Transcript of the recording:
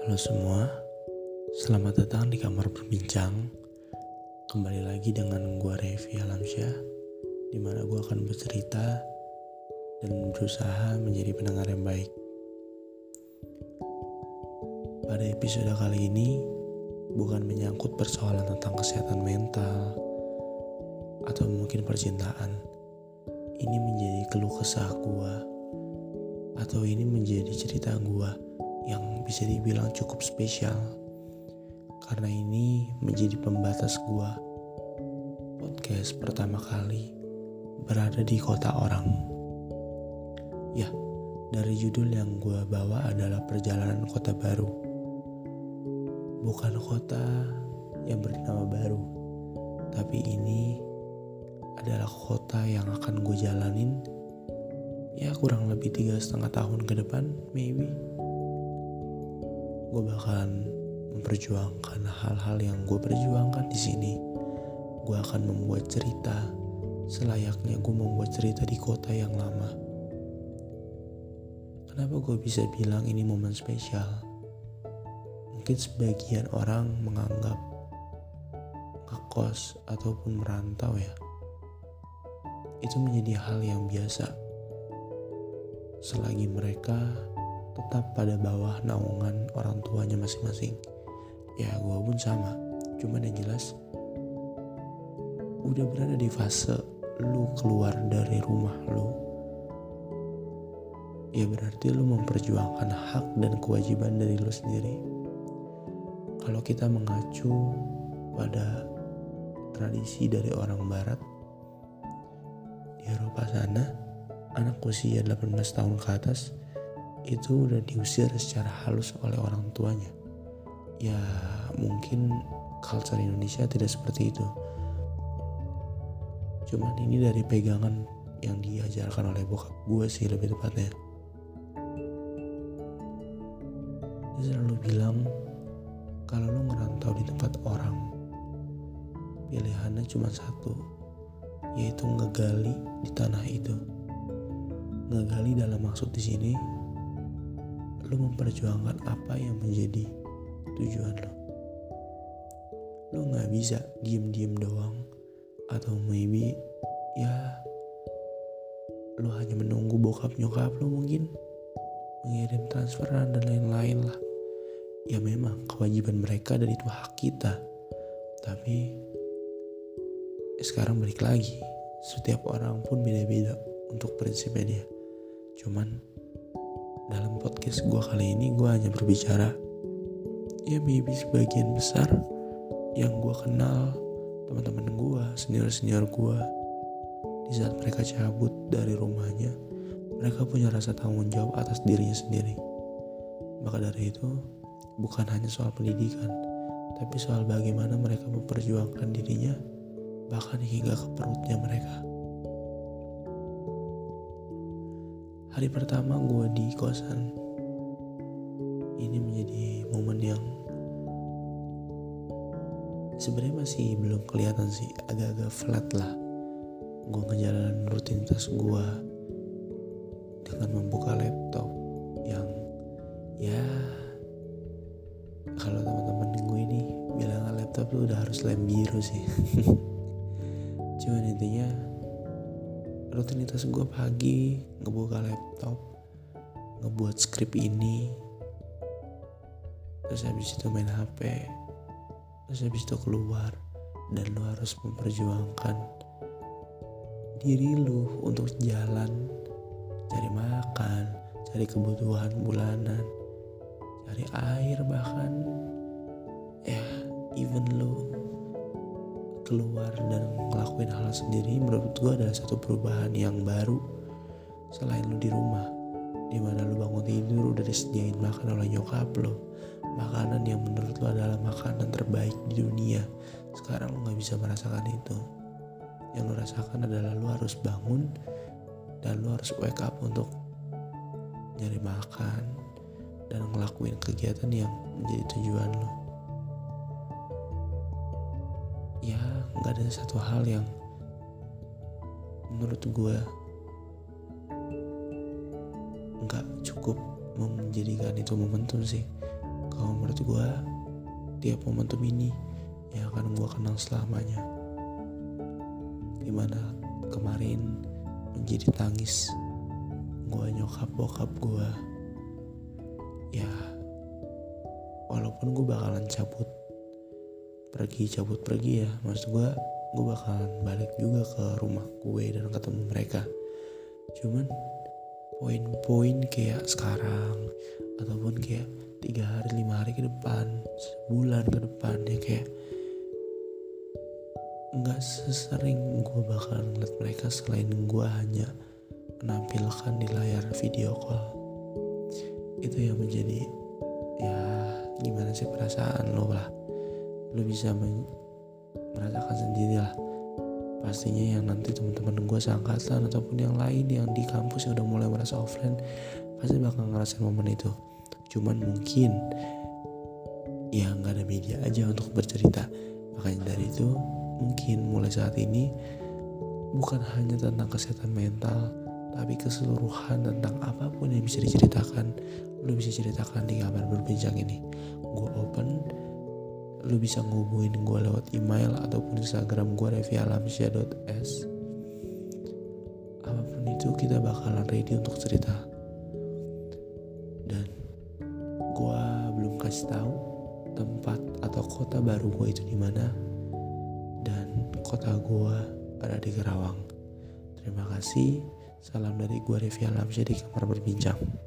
Halo semua, selamat datang di kamar berbincang. Kembali lagi dengan gue Revi Alamsyah, di mana gue akan bercerita dan berusaha menjadi pendengar yang baik. Pada episode kali ini, bukan menyangkut persoalan tentang kesehatan mental atau mungkin percintaan. Ini menjadi keluh kesah gue, atau ini menjadi cerita gue yang bisa dibilang cukup spesial, karena ini menjadi pembatas gua podcast pertama kali berada di kota orang. Ya, dari judul yang gua bawa adalah perjalanan kota baru. Bukan kota yang bernama baru, tapi ini adalah kota yang akan gue jalanin ya kurang lebih 3,5 tahun ke depan, maybe. Gue bakalan memperjuangkan hal-hal yang gue perjuangkan di sini. Gue akan membuat cerita selayaknya gue membuat cerita di kota yang lama. Kenapa gue bisa bilang ini momen spesial? Mungkin sebagian orang menganggap ngekos ataupun merantau ya, itu menjadi hal yang biasa selagi mereka tetap pada bawah naungan orang tuanya masing-masing. Ya gue pun sama, cuman yang jelas udah berada di fase lu keluar dari rumah lu, ya berarti lu memperjuangkan hak dan kewajiban dari lu sendiri. Kalau kita mengacu pada tradisi dari orang barat, di Eropa sana anak usia 18 tahun ke atas itu udah diusir secara halus oleh orang tuanya. Ya mungkin culture Indonesia tidak seperti itu, cuman ini dari pegangan yang diajarkan oleh bokap gue sih lebih tepatnya. Dia selalu bilang kalau lu ngerantau di tempat orang, pilihannya cuma satu, yaitu ngegali di tanah itu. Ngegali dalam maksud di sini lu memperjuangkan apa yang menjadi tujuan lo. Lu gak bisa diem-diem doang, atau maybe ya lu hanya menunggu bokap nyokap lu mungkin mengirim transferan dan lain-lain lah. Ya memang kewajiban mereka dan itu hak kita, tapi sekarang balik lagi, setiap orang pun beda-beda untuk prinsipnya dia. Cuman dalam podcast gue kali ini gue hanya berbicara ya maybe sebagian besar yang gue kenal, teman-teman gue, senior-senior gue, di saat mereka cabut dari rumahnya, mereka punya rasa tanggung jawab atas dirinya sendiri. Maka dari itu bukan hanya soal pendidikan, tapi soal bagaimana mereka memperjuangkan dirinya bahkan hingga ke perutnya mereka. Hari pertama gue di kosan ini menjadi momen yang sebenarnya masih belum kelihatan sih, agak-agak flat lah. Gue ngejalanin rutinitas gue dengan membuka laptop yang ya kalau teman-teman gue ini bilang laptop tuh udah harus lem biru sih. Cuman intinya rutinitas gue pagi ngebuka laptop, ngebuat skrip ini, terus habis itu main HP, terus habis itu keluar, dan lu harus memperjuangkan diri lu untuk jalan, cari makan, cari kebutuhan bulanan, cari air bahkan, ya even lu keluar dan ngelakuin hal sendiri, menurut gue adalah satu perubahan yang baru. Selain lu di rumah, dimana lu bangun tidur udah disediain makan oleh nyokap lu, makanan yang menurut lu adalah makanan terbaik di dunia. Sekarang lu gak bisa merasakan itu. Yang lu rasakan adalah lu harus bangun dan lu harus wake up untuk nyari makan dan ngelakuin kegiatan yang menjadi tujuan lu. Ya gak ada satu hal yang menurut gue gak cukup menjadikan itu momentum sih. Kalau menurut gue, tiap momentum ini yang akan gue kenang selamanya. Dimana kemarin menjadi tangis gue nyokap bokap gue. Ya, walaupun gue bakalan cabut pergi ya, maksud gue bakalan balik juga ke rumah gue dan ketemu mereka. Cuman poin-poin kayak sekarang ataupun kayak 3 hari 5 hari ke depan, sebulan ke depan, ya kayak gak sesering gue bakalan ngeliat mereka selain gue hanya menampilkan di layar video call. Itu yang menjadi, ya gimana sih perasaan lo lah. Lo bisa merasakan sendiri lah. Pastinya yang nanti teman-teman gue seangkatan ataupun yang lain yang di kampus yang udah mulai merasa offline pasti bakal ngerasain momen itu. Cuman mungkin ya gak ada media aja untuk bercerita. Makanya dari itu mungkin mulai saat ini bukan hanya tentang kesehatan mental, tapi keseluruhan tentang apapun yang bisa diceritakan, lu bisa ceritakan di kabar berbincang ini. Gue open, lu bisa ngubungin gue lewat email ataupun Instagram gue revialamsya.s. Apapun itu kita bakalan ready untuk cerita. Dan gue belum kasih tahu tempat atau kota baru gue itu di mana, dan kota gue ada di Karawang. Terima kasih. Salam dari gue Revi Alamsyah di kamar berbincang.